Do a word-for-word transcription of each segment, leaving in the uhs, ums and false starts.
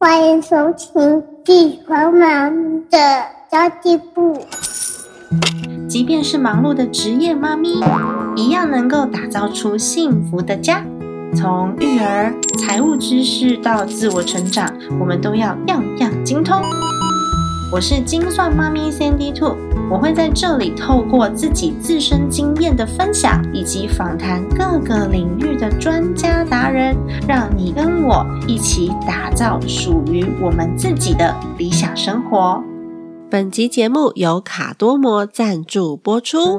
欢迎收听地球妈咪的交际部。 即便是忙碌的职业妈咪，一样能够打造出幸福的家。从育儿、财务知识到自我成长，我们都要样样精通。我是精算妈咪 Sandy Two， 我会在这里透过自己自身经验的分享，以及访谈各个领域的专家达人，让你跟我一起打造属于我们自己的理想生活。 本集节目由卡多摩赞助播出。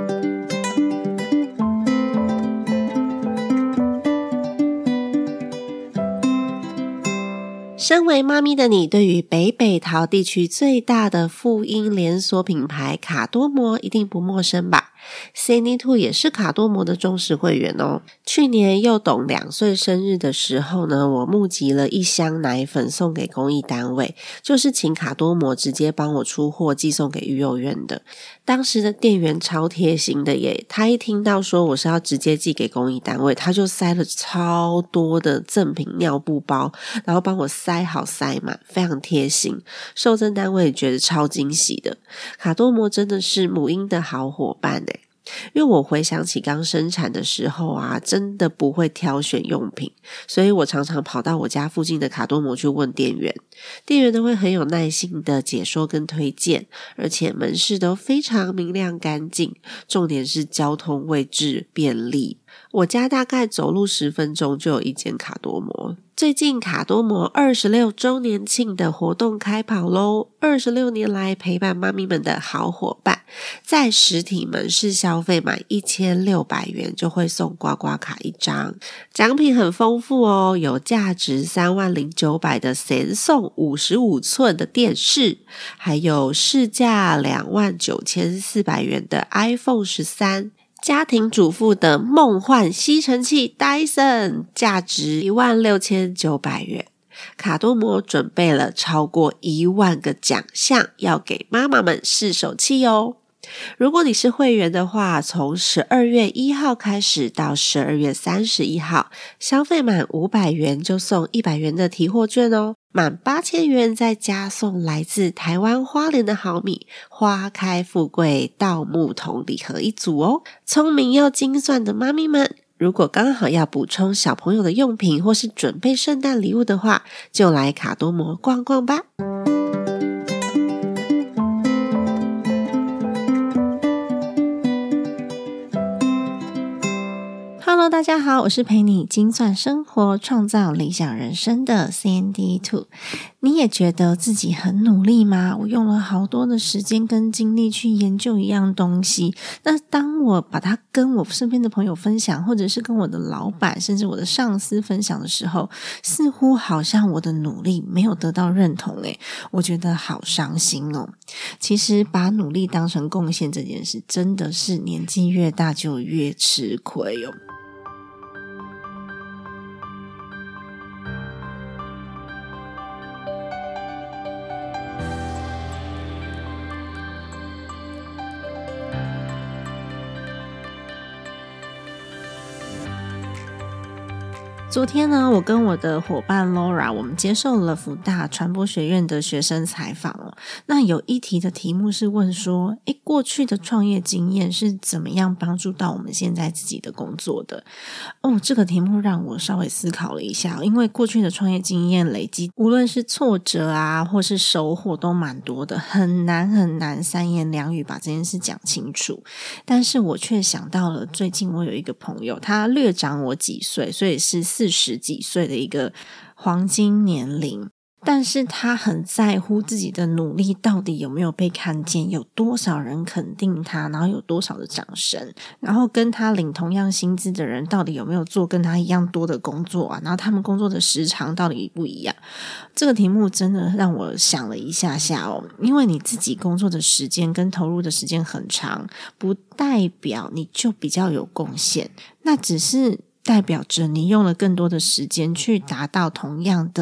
身为妈咪的你，对于北北桃地区最大的妇婴连锁品牌卡多摩一定不陌生吧？Sandy Two 也是卡多摩的忠实会员哦。去年幼董两岁生日的时候呢，我募集了一箱奶粉送给公益单位，就是请卡多摩直接帮我出货寄送给育幼院的。当时的店员超贴心的耶，他一听到说我是要直接寄给公益单位，他就塞了超多的赠品尿布包，然后帮我塞好塞满，非常贴心。受赠单位也觉得超惊喜的。卡多摩真的是母婴的好伙伴耶。因为我回想起刚生产的时候啊，真的不会挑选用品，所以我常常跑到我家附近的卡多摩去问店员，店员都会很有耐心的解说跟推荐，而且门市都非常明亮干净，重点是交通位置便利。我家大概走路十分钟就有一间卡多摩。最近卡多摩二十六周年庆的活动开跑咯，二十六年来陪伴妈咪们的好伙伴，在实体门市消费满一千六百元就会送刮刮卡一张，奖品很丰富哦，有价值三万零九百的神送五十五寸的电视，还有市价两万九千四百元的 iPhone 十三，家庭主妇的梦幻吸尘器 Dyson， 价值一万六千九百元。卡多摩准备了超过一万个奖项要给妈妈们试手气哦。如果你是会员的话，从十二月一号开始到十二月三十一号，消费满五百元就送一百元的提货券哦，满八千元再加送来自台湾花莲的好米花开富贵稻木桶礼盒一组哦。聪明又精算的妈咪们，如果刚好要补充小朋友的用品或是准备圣诞礼物的话，就来卡多摩逛逛吧。Hello， 大家好，我是陪你精算生活、创造理想人生的 Sandy Two。你也觉得自己很努力吗？我用了好多的时间跟精力去研究一样东西，那当我把它跟我身边的朋友分享，或者是跟我的老板甚至我的上司分享的时候，似乎好像我的努力没有得到认同诶，我觉得好伤心哦。其实把努力当成贡献这件事，真的是年纪越大就越吃亏哦。昨天呢，我跟我的伙伴 Laura， 我们接受了辅大传播学院的学生采访哦。那有一题的题目是问说，诶，过去的创业经验是怎么样帮助到我们现在自己的工作的？哦，这个题目让我稍微思考了一下，因为过去的创业经验累积，无论是挫折啊，或是收获都蛮多的，很难很难三言两语把这件事讲清楚。但是我却想到了，最近我有一个朋友，他略长我几岁，所以是四十几岁的一个黄金年龄，但是他很在乎自己的努力到底有没有被看见，有多少人肯定他，然后有多少的掌声，然后跟他领同样薪资的人到底有没有做跟他一样多的工作啊，然后他们工作的时长到底不一样。这个题目真的让我想了一下下哦，因为你自己工作的时间跟投入的时间很长，不代表你就比较有贡献，那只是代表着你用了更多的时间去达到同样的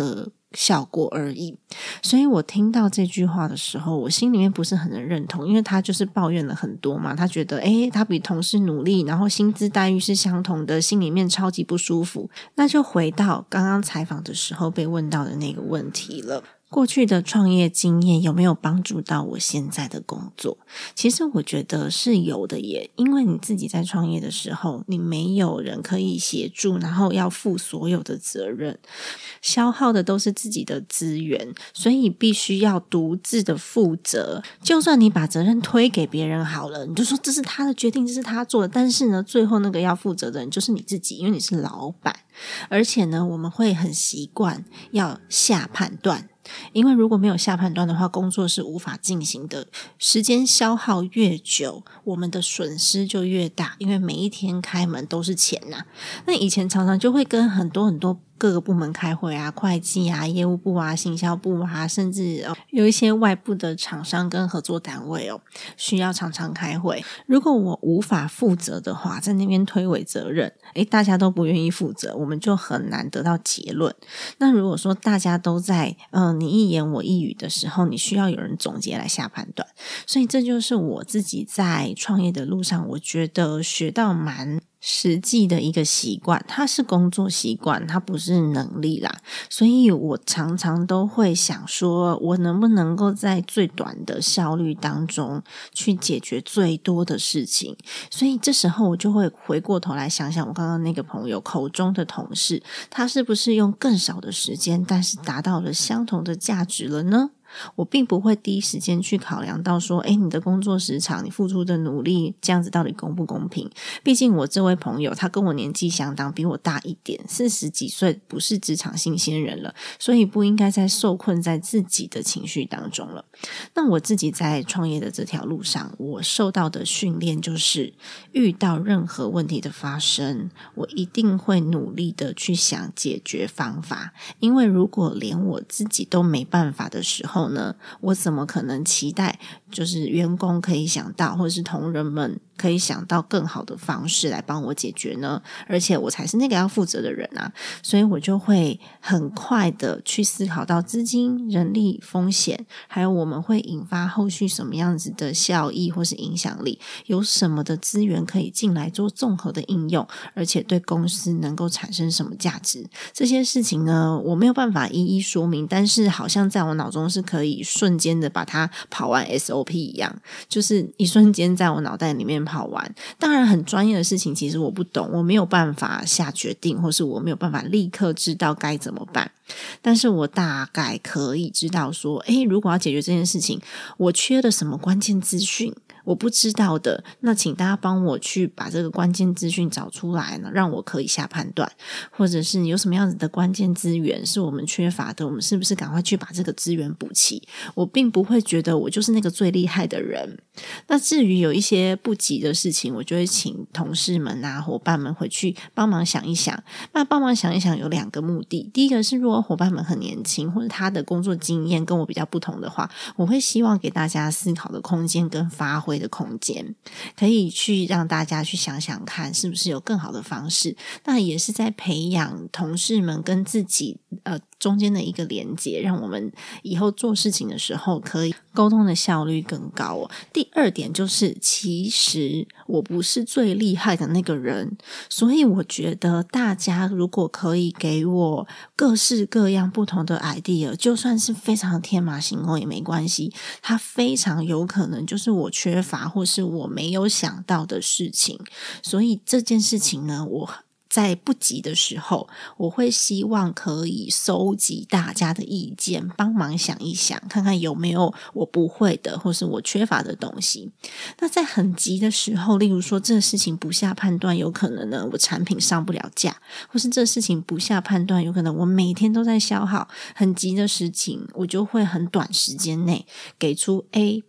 效果而已。所以我听到这句话的时候，我心里面不是很能认同，因为他就是抱怨了很多嘛，他觉得诶他比同事努力，然后薪资待遇是相同的，心里面超级不舒服。那就回到刚刚采访的时候被问到的那个问题了，过去的创业经验有没有帮助到我现在的工作？其实我觉得是有的耶，因为你自己在创业的时候，你没有人可以协助，然后要负所有的责任，消耗的都是自己的资源，所以必须要独自的负责。就算你把责任推给别人好了，你就说这是他的决定，这是他做的，但是呢，最后那个要负责的人就是你自己，因为你是老板。而且呢，我们会很习惯要下判断，因为如果没有下判断的话，工作是无法进行的，时间消耗越久，我们的损失就越大，因为每一天开门都是钱啊。那以前常常就会跟很多很多各个部门开会啊，会计啊，业务部啊，行销部啊，甚至、哦、有一些外部的厂商跟合作单位哦，需要常常开会。如果我无法负责的话，在那边推诿责任，诶，大家都不愿意负责，我们就很难得到结论。那如果说大家都在嗯、呃、你一言我一语的时候，你需要有人总结来下判断。所以这就是我自己在创业的路上，我觉得学到蛮实际的一个习惯，它是工作习惯，它不是能力啦。所以我常常都会想说，我能不能够在最短的效率当中去解决最多的事情。所以这时候我就会回过头来想想我刚刚那个朋友口中的同事，他是不是用更少的时间，但是达到了相同的价值了呢？我并不会第一时间去考量到说，诶，你的工作时长，你付出的努力，这样子到底公不公平？毕竟我这位朋友他跟我年纪相当，比我大一点，四十几岁，不是职场新鲜人了，所以不应该再受困在自己的情绪当中了。那我自己在创业的这条路上，我受到的训练就是遇到任何问题的发生，我一定会努力的去想解决方法，因为如果连我自己都没办法的时候呢，我怎么可能期待就是员工可以想到，或者是同仁们可以想到更好的方式来帮我解决呢？而且我才是那个要负责的人啊，所以我就会很快的去思考到资金、人力、风险，还有我们会引发后续什么样子的效益或是影响力，有什么的资源可以进来做综合的应用，而且对公司能够产生什么价值。这些事情呢，我没有办法一一说明，但是好像在我脑中是可以瞬间的把它跑完 S O P 一样，就是一瞬间在我脑袋里面跑完。当然很专业的事情其实我不懂，我没有办法下决定，或是我没有办法立刻知道该怎么办，但是我大概可以知道说，诶，如果要解决这件事情，我缺了什么关键资讯我不知道的，那请大家帮我去把这个关键资讯找出来呢，让我可以下判断，或者是有什么样子的关键资源是我们缺乏的，我们是不是赶快去把这个资源补齐。我并不会觉得我就是那个最厉害的人。那至于有一些不急的事情，我就会请同事们啊伙伴们回去帮忙想一想。那帮忙想一想有两个目的，第一个是如果伙伴们很年轻，或者他的工作经验跟我比较不同的话，我会希望给大家思考的空间跟发挥的空间，可以去让大家去想想看是不是有更好的方式。那也是在培养同事们跟自己呃中间的一个连结，让我们以后做事情的时候可以沟通的效率更高哦。第二点就是其实我不是最厉害的那个人，所以我觉得大家如果可以给我各式各样不同的 idea， 就算是非常天马行空也没关系，它非常有可能就是我缺乏或是我没有想到的事情。所以这件事情呢，我在不急的时候，我会希望可以收集大家的意见，帮忙想一想，看看有没有我不会的或是我缺乏的东西。那在很急的时候，例如说这个事情不下判断，有可能呢我产品上不了架，或是这事情不下判断，有可能我每天都在消耗，很急的事情我就会很短时间内给出 A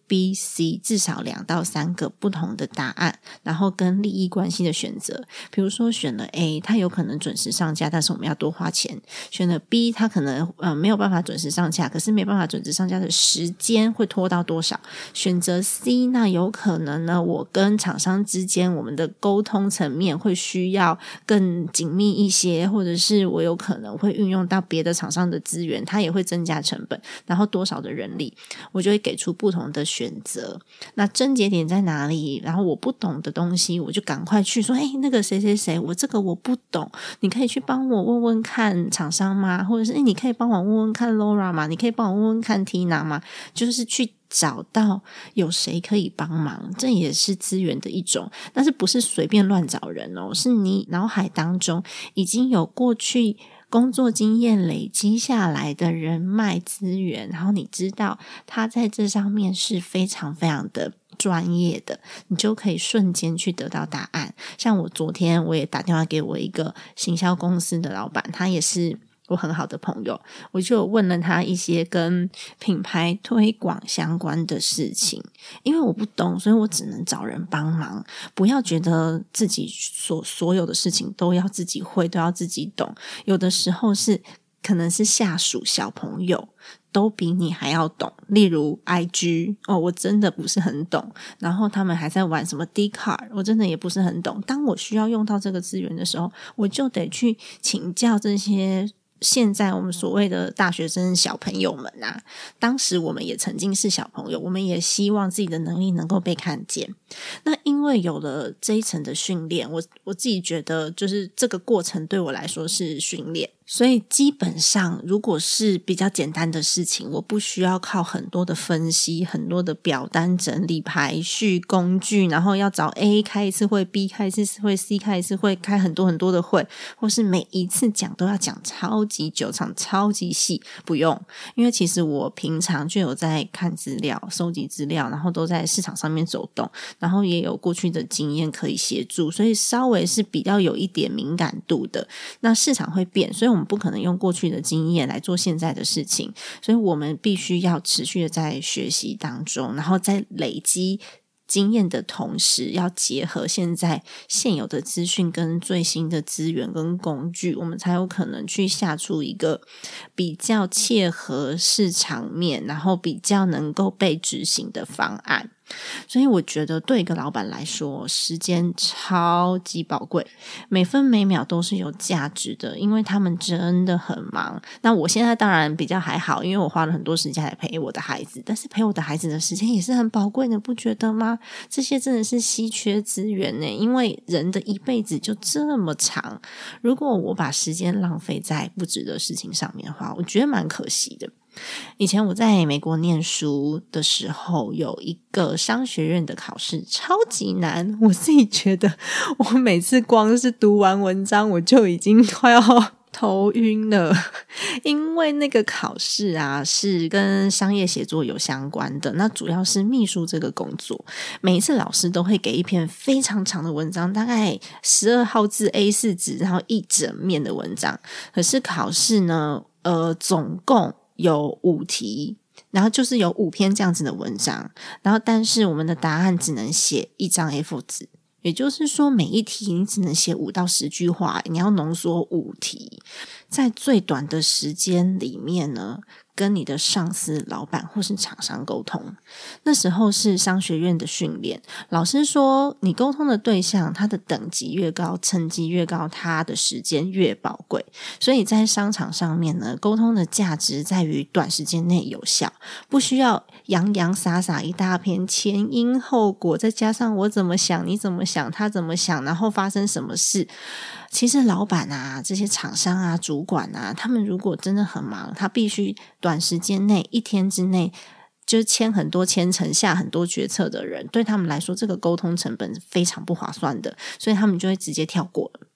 B、C 至少两到三个不同的答案，然后跟利益关系的选择。比如说选了 A， 它有可能准时上架，但是我们要多花钱；选了 B， 它可能呃没有办法准时上架，可是没办法准时上架的时间会拖到多少？选择 C， 那有可能呢，我跟厂商之间我们的沟通层面会需要更紧密一些，或者是我有可能会运用到别的厂商的资源，它也会增加成本，然后多少的人力，我就会给出不同的选择。那症结点在哪里？然后我不懂的东西，我就赶快去说，诶，那个谁谁谁，我这个我不懂，你可以去帮我问问看厂商吗？或者是诶，你可以帮我问问看 Laura 吗？你可以帮我问问看 Tina 吗？就是去找到有谁可以帮忙，这也是资源的一种，但是不是随便乱找人哦，是你脑海当中已经有过去工作经验累积下来的人脉资源，然后你知道他在这上面是非常非常的专业的，你就可以瞬间去得到答案。像我昨天我也打电话给我一个行销公司的老板，他也是我很好的朋友，我就问了他一些跟品牌推广相关的事情，因为我不懂，所以我只能找人帮忙。不要觉得自己所所有的事情都要自己会，都要自己懂，有的时候是可能是下属小朋友都比你还要懂。例如 I G 哦，我真的不是很懂，然后他们还在玩什么 Dcard， 我真的也不是很懂。当我需要用到这个资源的时候，我就得去请教这些现在我们所谓的大学生小朋友们啊，当时我们也曾经是小朋友，我们也希望自己的能力能够被看见。那因为有了这一层的训练，我我自己觉得就是这个过程对我来说是训练，所以基本上如果是比较简单的事情，我不需要靠很多的分析，很多的表单整理排序工具，然后要找 A 开一次会， B 开一次会， C 开一次会，开很多很多的会，或是每一次讲都要讲超级久长超级细，不用。因为其实我平常就有在看资料收集资料，然后都在市场上面走动，然后也有过去的经验可以协助，所以稍微是比较有一点敏感度的。那市场会变，所以我们不可能用过去的经验来做现在的事情，所以我们必须要持续的在学习当中，然后在累积经验的同时，要结合现在现有的资讯跟最新的资源跟工具，我们才有可能去下出一个比较切合市场面，然后比较能够被执行的方案。所以我觉得对一个老板来说，时间超级宝贵，每分每秒都是有价值的，因为他们真的很忙。那我现在当然比较还好，因为我花了很多时间来陪我的孩子，但是陪我的孩子的时间也是很宝贵的，不觉得吗？这些真的是稀缺资源呢，因为人的一辈子就这么长，如果我把时间浪费在不值得事情上面的话，我觉得蛮可惜的。以前我在美国念书的时候，有一个商学院的考试超级难，我自己觉得我每次光是读完文章我就已经快要头晕了，因为那个考试啊是跟商业写作有相关的，那主要是秘书这个工作，每一次老师都会给一篇非常长的文章，大概十二号字 A 四 纸，然后一整面的文章。可是考试呢呃，总共有五题，然后就是有五篇这样子的文章，然后但是我们的答案只能写一张 A 四 纸，也就是说每一题你只能写五到十句话，你要浓缩五题，在最短的时间里面呢跟你的上司、老板或是厂商沟通。那时候是商学院的训练，老师说你沟通的对象他的等级越高，成绩越高，他的时间越宝贵，所以在商场上面呢，沟通的价值在于短时间内有效，不需要洋洋洒洒一大篇前因后果，再加上我怎么想你怎么想他怎么想，然后发生什么事。其实老板啊，这些厂商啊，主管啊，他们如果真的很忙，他必须短时间内一天之内就签很多签呈下很多决策的人，对他们来说这个沟通成本是非常不划算的，所以他们就会直接跳过了。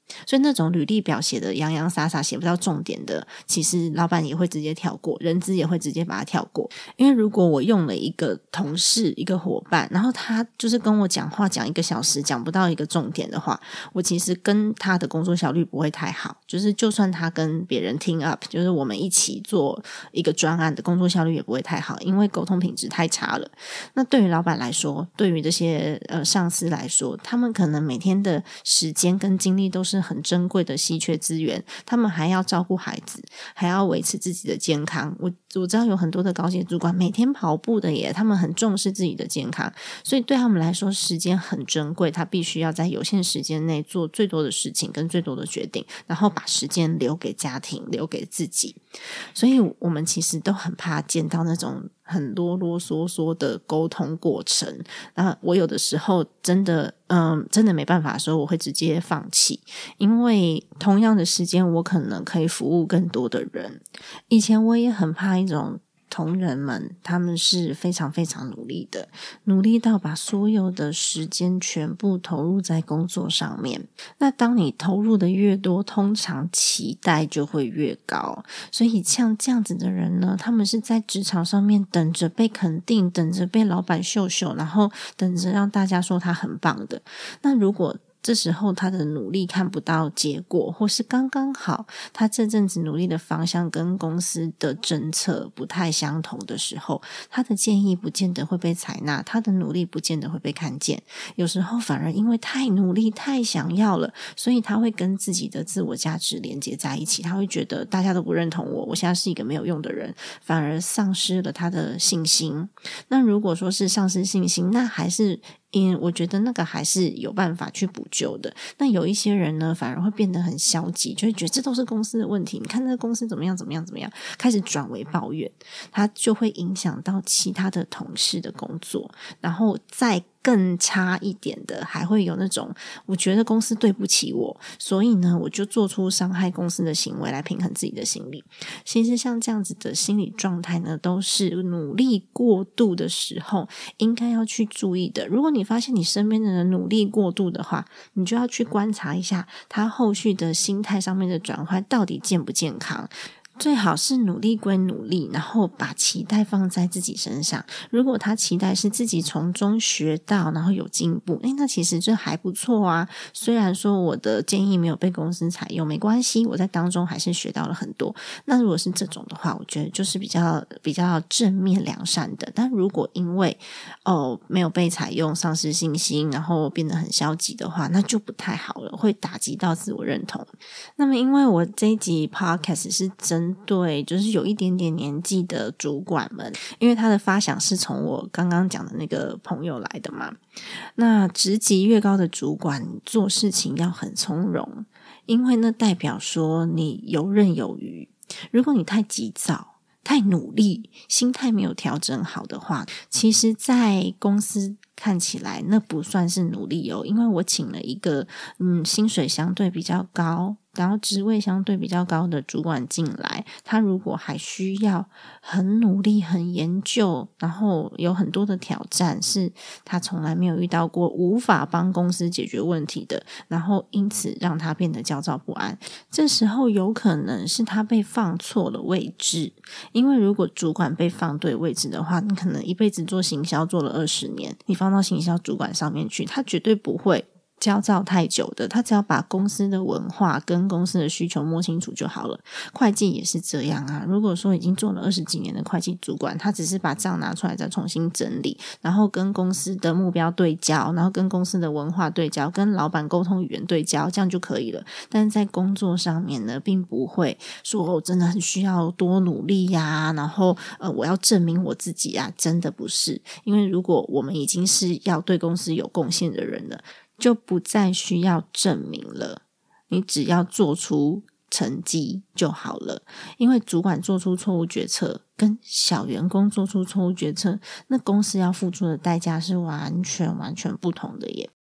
所以那种履历表写的洋洋洒洒写不到重点的，其实老板也会直接跳过，人资也会直接把它跳过。因为如果我用了一个同事一个伙伴，然后他就是跟我讲话讲一个小时讲不到一个重点的话，我其实跟他的工作效率不会太好，就是就算他跟别人 team up， 就是我们一起做一个专案的工作效率也不会太好，因为沟通品质太差了。那对于老板来说，对于这些呃上司来说，他们可能每天的时间跟精力都是很珍贵的稀缺资源，他们还要照顾孩子，还要维持自己的健康。我我知道有很多的高阶主管每天跑步的耶，他们很重视自己的健康，所以对他们来说时间很珍贵，他必须要在有限时间内做最多的事情跟最多的决定，然后把时间留给家庭，留给自己。所以我们其实都很怕见到那种很啰啰嗦嗦的沟通过程，那我有的时候真的嗯，真的没办法的时候，我会直接放弃，因为同样的时间我可能可以服务更多的人。以前我也很怕一种同仁们，他们是非常非常努力的，努力到把所有的时间全部投入在工作上面。那当你投入的越多，通常期待就会越高。所以像这样子的人呢，他们是在职场上面等着被肯定，等着被老板秀秀，然后等着让大家说他很棒的。那如果这时候他的努力看不到结果，或是刚刚好他这阵子努力的方向跟公司的政策不太相同的时候，他的建议不见得会被采纳，他的努力不见得会被看见。有时候反而因为太努力太想要了，所以他会跟自己的自我价值连接在一起，他会觉得大家都不认同我，我现在是一个没有用的人，反而丧失了他的信心。那如果说是丧失信心，那还是因我觉得那个还是有办法去补救的。那有一些人呢，反而会变得很消极，就会觉得这都是公司的问题，你看那个公司怎么样怎么样怎么样，开始转为抱怨，他就会影响到其他的同事的工作。然后再更差一点的，还会有那种我觉得公司对不起我，所以呢我就做出伤害公司的行为来平衡自己的心理。其实像这样子的心理状态呢，都是努力过度的时候应该要去注意的。如果你发现你身边的人努力过度的话，你就要去观察一下他后续的心态上面的转换到底健不健康。最好是努力归努力，然后把期待放在自己身上。如果他期待是自己从中学到，然后有进步，诶，那其实这还不错啊。虽然说我的建议没有被公司采用，没关系，我在当中还是学到了很多。那如果是这种的话，我觉得就是比较比较正面良善的。但如果因为哦没有被采用，丧失信心，然后变得很消极的话，那就不太好了，会打击到自我认同。那么因为我这一集 podcast 是针对就是有一点点年纪的主管们，因为他的发想是从我刚刚讲的那个朋友来的嘛。那职级越高的主管做事情要很从容，因为那代表说你游刃有余。如果你太急躁太努力，心态没有调整好的话，其实在公司看起来那不算是努力哦。因为我请了一个嗯薪水相对比较高，然后职位相对比较高的主管进来，他如果还需要很努力很研究，然后有很多的挑战是他从来没有遇到过，无法帮公司解决问题的，然后因此让他变得焦躁不安，这时候有可能是他被放错了位置。因为如果主管被放对位置的话，你可能一辈子做行销做了二十年，你放到行销主管上面去，他绝对不会焦躁太久的，他只要把公司的文化跟公司的需求摸清楚就好了。会计也是这样啊，如果说已经做了二十几年的会计主管，他只是把账拿出来再重新整理，然后跟公司的目标对焦，然后跟公司的文化对焦，跟老板沟通语言对焦，这样就可以了。但是在工作上面呢，并不会说我、哦、真的很需要多努力呀、啊，然后呃我要证明我自己啊，真的不是。因为如果我们已经是要对公司有贡献的人了，就不再需要证明了，你只要做出成绩就好了。因为主管做出错误决策跟小员工做出错误决策，那公司要付出的代价是完全完全不同的耶。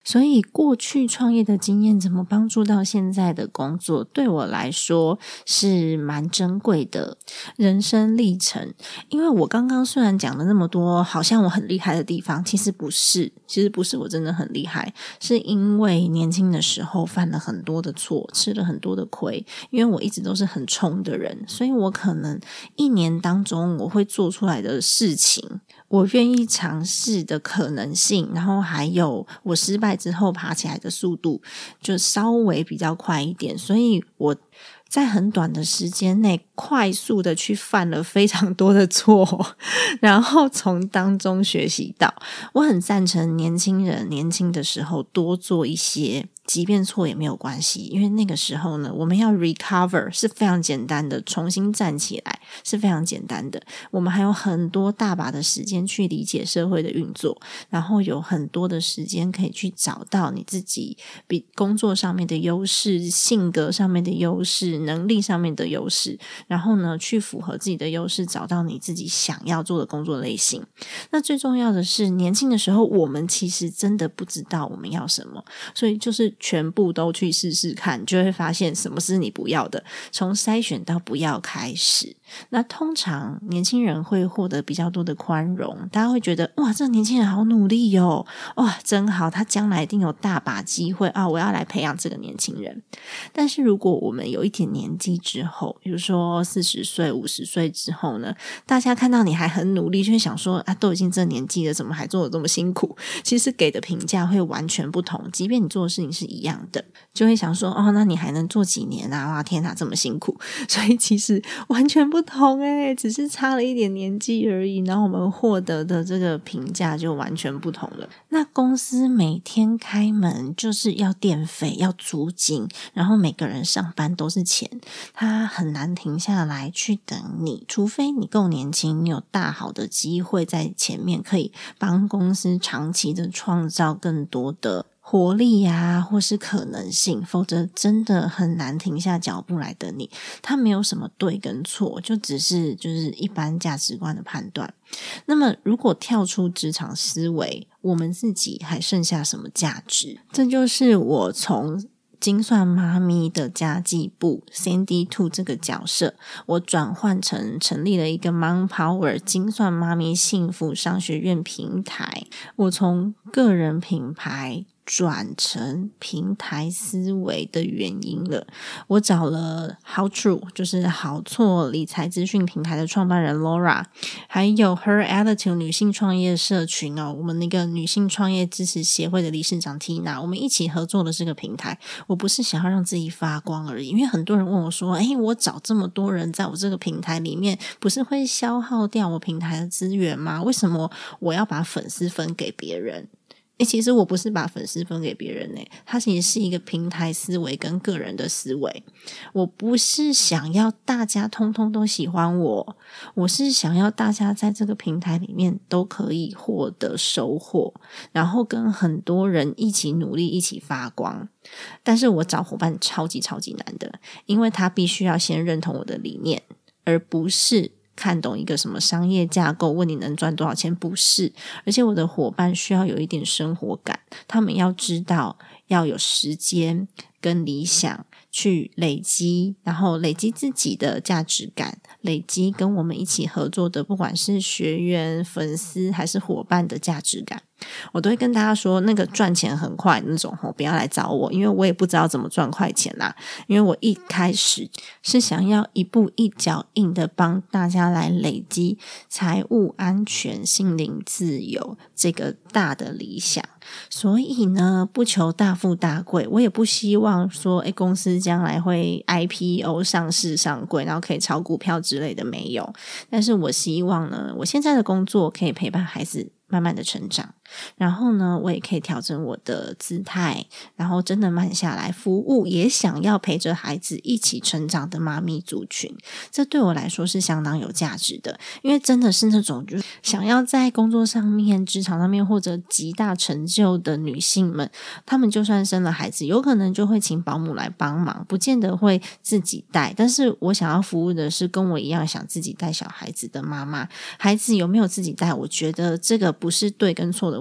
所以过去创业的经验怎么帮助到现在的工作，对我来说是蛮珍贵的人生历程。因为我刚刚虽然讲了那么多好像我很厉害的地方，其实不是，其实不是我真的很厉害，是因为年轻的时候犯了很多的错，吃了很多的亏。因为我一直都是很冲的人，所以我可能一年当中我会做出来的事情，我愿意尝试的可能性，然后还有我失败之后爬起来的速度就稍微比较快一点，所以我在很短的时间内快速的去犯了非常多的错，然后从当中学习到。我很赞成年轻人年轻的时候多做一些，即便错也没有关系，因为那个时候呢，我们要 recover 是非常简单的，重新站起来是非常简单的。我们还有很多大把的时间去理解社会的运作，然后有很多的时间可以去找到你自己比工作上面的优势，性格上面的优势，能力上面的优势，然后呢，去符合自己的优势，找到你自己想要做的工作类型。那最重要的是，年轻的时候我们其实真的不知道我们要什么，所以就是全部都去试试看，就会发现什么是你不要的，从筛选到不要开始。那通常年轻人会获得比较多的宽容，大家会觉得哇，这个年轻人好努力哦，哇，真好，他将来一定有大把机会啊，我要来培养这个年轻人。但是如果我们有一点年纪之后，比如说四十岁五十岁之后呢，大家看到你还很努力，就会想说啊，都已经这年纪了，怎么还做得这么辛苦？其实给的评价会完全不同，即便你做的事情是一样的，就会想说哦，那你还能做几年啊？哇，天哪，这么辛苦！所以其实完全不同诶，只是差了一点年纪而已，然后我们获得的这个评价就完全不同了。那公司每天开门就是要电费，要租金，然后每个人上班都是钱，他很难停下来去等你，除非你够年轻，你有大好的机会在前面可以帮公司长期的创造更多的活力啊，或是可能性，否则真的很难停下脚步来等你。它没有什么对跟错，就只是就是一般价值观的判断。那么如果跳出职场思维，我们自己还剩下什么价值？这就是我从精算妈咪的家计部 Sandy Two 这个角色，我转换成成立了一个 Mom Power 精算妈咪幸福商学院平台。我从个人品牌转成平台思维的原因了。我找了 How True 就是好错理财资讯平台的创办人 Laura， 还有 Her Attitude 女性创业社群哦，我们那个女性创业支持协会的理事长 Tina， 我们一起合作的这个平台。我不是想要让自己发光而已，因为很多人问我说诶，我找这么多人在我这个平台里面，不是会消耗掉我平台的资源吗？为什么我要把粉丝分给别人？诶，其实我不是把粉丝分给别人诶，它其实是一个平台思维跟个人的思维。我不是想要大家通通都喜欢我，我是想要大家在这个平台里面都可以获得收获，然后跟很多人一起努力，一起发光。但是我找伙伴超级超级难的，因为他必须要先认同我的理念，而不是看懂一个什么商业架构，问你能赚多少钱，不是。而且我的伙伴需要有一点生活感，他们要知道要有时间跟理想去累积，然后累积自己的价值感，累积跟我们一起合作的不管是学员、粉丝还是伙伴的价值感。我都会跟大家说，那个赚钱很快那种不要来找我，因为我也不知道怎么赚快钱啦。因为我一开始是想要一步一脚印的帮大家来累积财务安全、心灵自由这个大的理想。所以呢，不求大富大贵，我也不希望说诶公司将来会 I P O 上市上柜，然后可以炒股票之类的，没有。但是我希望呢，我现在的工作可以陪伴孩子慢慢的成长，然后呢我也可以调整我的姿态，然后真的慢下来服务也想要陪着孩子一起成长的妈咪族群。这对我来说是相当有价值的，因为真的是那种就是想要在工作上面、职场上面或者极大成就的女性们，她们就算生了孩子，有可能就会请保姆来帮忙，不见得会自己带。但是我想要服务的是跟我一样想自己带小孩子的妈妈。孩子有没有自己带，我觉得这个不是对跟错的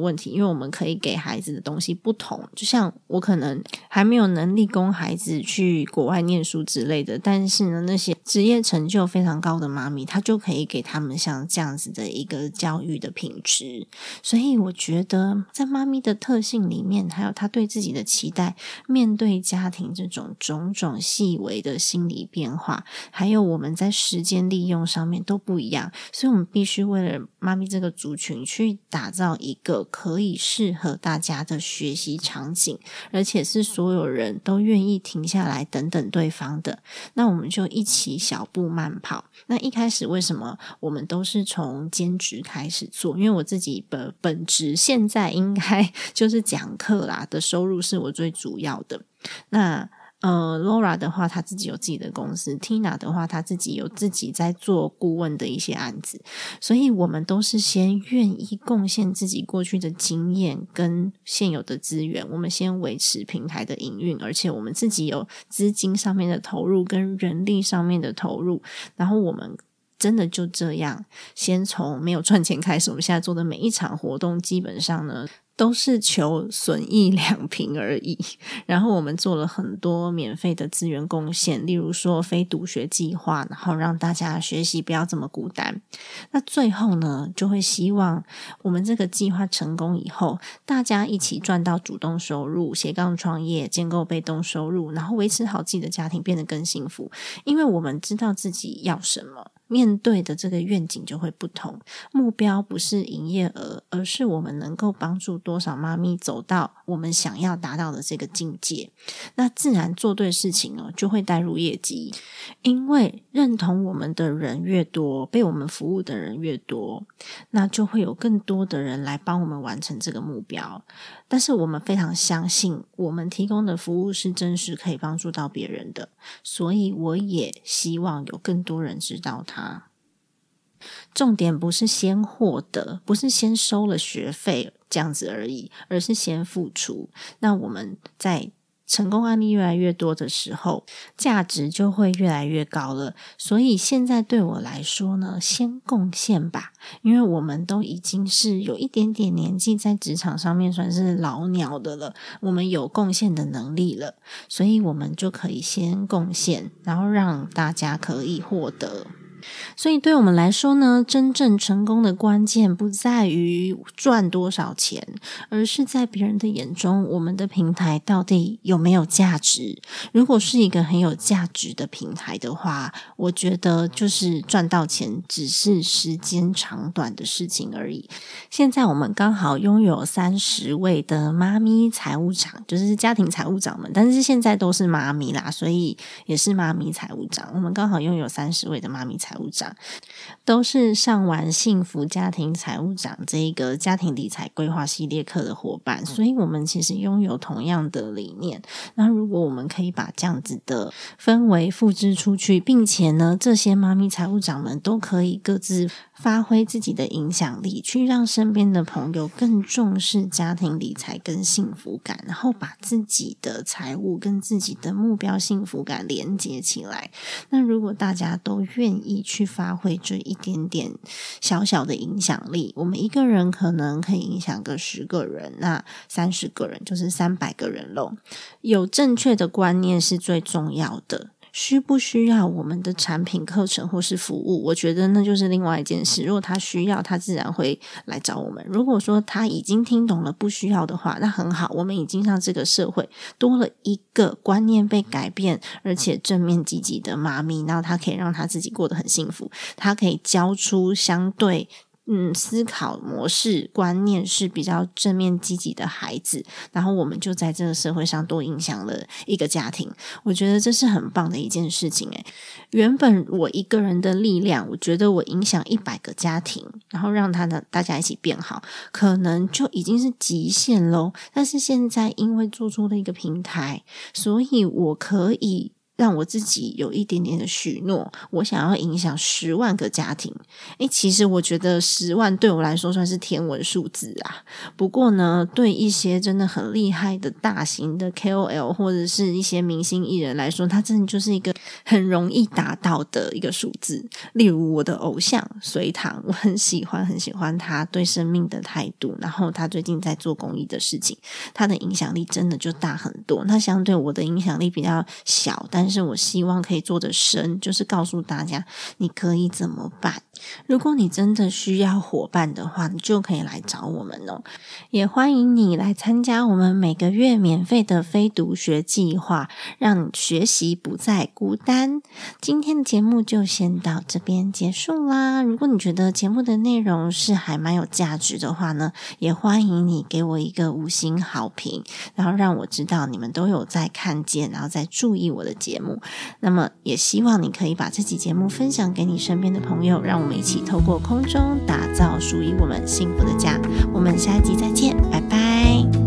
问题，因为我们可以给孩子的东西不同，就像我可能还没有能力供孩子去国外念书之类的，但是呢那些职业成就非常高的妈咪，她就可以给他们像这样子的一个教育的品质。所以我觉得在妈咪的特性里面，还有她对自己的期待，面对家庭这种种种细微的心理变化，还有我们在时间利用上面都不一样，所以我们必须为了妈咪这个族群去打造一个可以适合大家的学习场景，而且是所有人都愿意停下来等等对方的。那我们就一起小步慢跑。那一开始为什么我们都是从兼职开始做？因为我自己的本职现在应该就是讲课啦的收入是我最主要的。那呃 Laura 的话她自己有自己的公司， Tina 的话她自己有自己在做顾问的一些案子，所以我们都是先愿意贡献自己过去的经验跟现有的资源，我们先维持平台的营运，而且我们自己有资金上面的投入跟人力上面的投入，然后我们真的就这样先从没有赚钱开始。我们现在做的每一场活动基本上呢都是求损益两平而已，然后我们做了很多免费的资源贡献，例如说非读学计划，然后让大家学习不要这么孤单。那最后呢就会希望我们这个计划成功以后，大家一起赚到主动收入，斜杠创业，建构被动收入，然后维持好自己的家庭，变得更幸福。因为我们知道自己要什么，面对的这个愿景就会不同，目标不是营业额，而是我们能够帮助多少妈咪走到我们想要达到的这个境界。那自然做对事情哦，就会带入业绩，因为认同我们的人越多，被我们服务的人越多，那就会有更多的人来帮我们完成这个目标。但是我们非常相信我们提供的服务是真实可以帮助到别人的，所以我也希望有更多人知道它。重点不是先获得，不是先收了学费这样子而已，而是先付出。那我们在成功案例越来越多的时候，价值就会越来越高了。所以现在对我来说呢，先贡献吧，因为我们都已经是有一点点年纪，在职场上面算是老鸟的了，我们有贡献的能力了，所以我们就可以先贡献，然后让大家可以获得。所以对我们来说呢，真正成功的关键不在于赚多少钱，而是在别人的眼中，我们的平台到底有没有价值。如果是一个很有价值的平台的话，我觉得就是赚到钱只是时间长短的事情而已。现在我们刚好拥有三十位的妈咪财务长，就是家庭财务长们，但是现在都是妈咪啦，所以也是妈咪财务长。我们刚好拥有三十位的妈咪财务长财务长，都是上完幸福家庭财务长这一个家庭理财规划系列课的伙伴，所以我们其实拥有同样的理念。那如果我们可以把这样子的氛围复制出去，并且呢，这些妈咪财务长们都可以各自发挥自己的影响力，去让身边的朋友更重视家庭理财跟幸福感，然后把自己的财务跟自己的目标幸福感连接起来。那如果大家都愿意去发挥这一点点小小的影响力，我们一个人可能可以影响个十个人，那三十个人就是三百个人咯。有正确的观念是最重要的。需不需要我们的产品课程或是服务，我觉得那就是另外一件事。如果他需要，他自然会来找我们。如果说他已经听懂了不需要的话，那很好，我们已经让这个社会多了一个观念被改变而且正面积极的妈咪，然后他可以让他自己过得很幸福，他可以教出相对嗯，思考模式观念是比较正面积极的孩子，然后我们就在这个社会上多影响了一个家庭。我觉得这是很棒的一件事情诶。原本我一个人的力量，我觉得我影响一百个家庭，然后让他的大家一起变好，可能就已经是极限咯。但是现在因为做出了一个平台，所以我可以让我自己有一点点的许诺，我想要影响十万个家庭。诶，其实我觉得十万对我来说算是天文数字啊。不过呢，对一些真的很厉害的大型的 K O L 或者是一些明星艺人来说，它真的就是一个很容易达到的一个数字。例如我的偶像隋棠，我很喜欢很喜欢他对生命的态度，然后他最近在做公益的事情，他的影响力真的就大很多。那相对我的影响力比较小，但是我希望可以做得深，就是告诉大家你可以怎么办。如果你真的需要伙伴的话，你就可以来找我们哦。也欢迎你来参加我们每个月免费的非读学计划，让你学习不再孤单。今天的节目就先到这边结束啦。如果你觉得节目的内容是还蛮有价值的话呢，也欢迎你给我一个五星好评，然后让我知道你们都有在看见，然后在注意我的节目。那么也希望你可以把这期节目分享给你身边的朋友，让我们一起透过空中打造属于我们幸福的家。我们下一集再见，拜拜。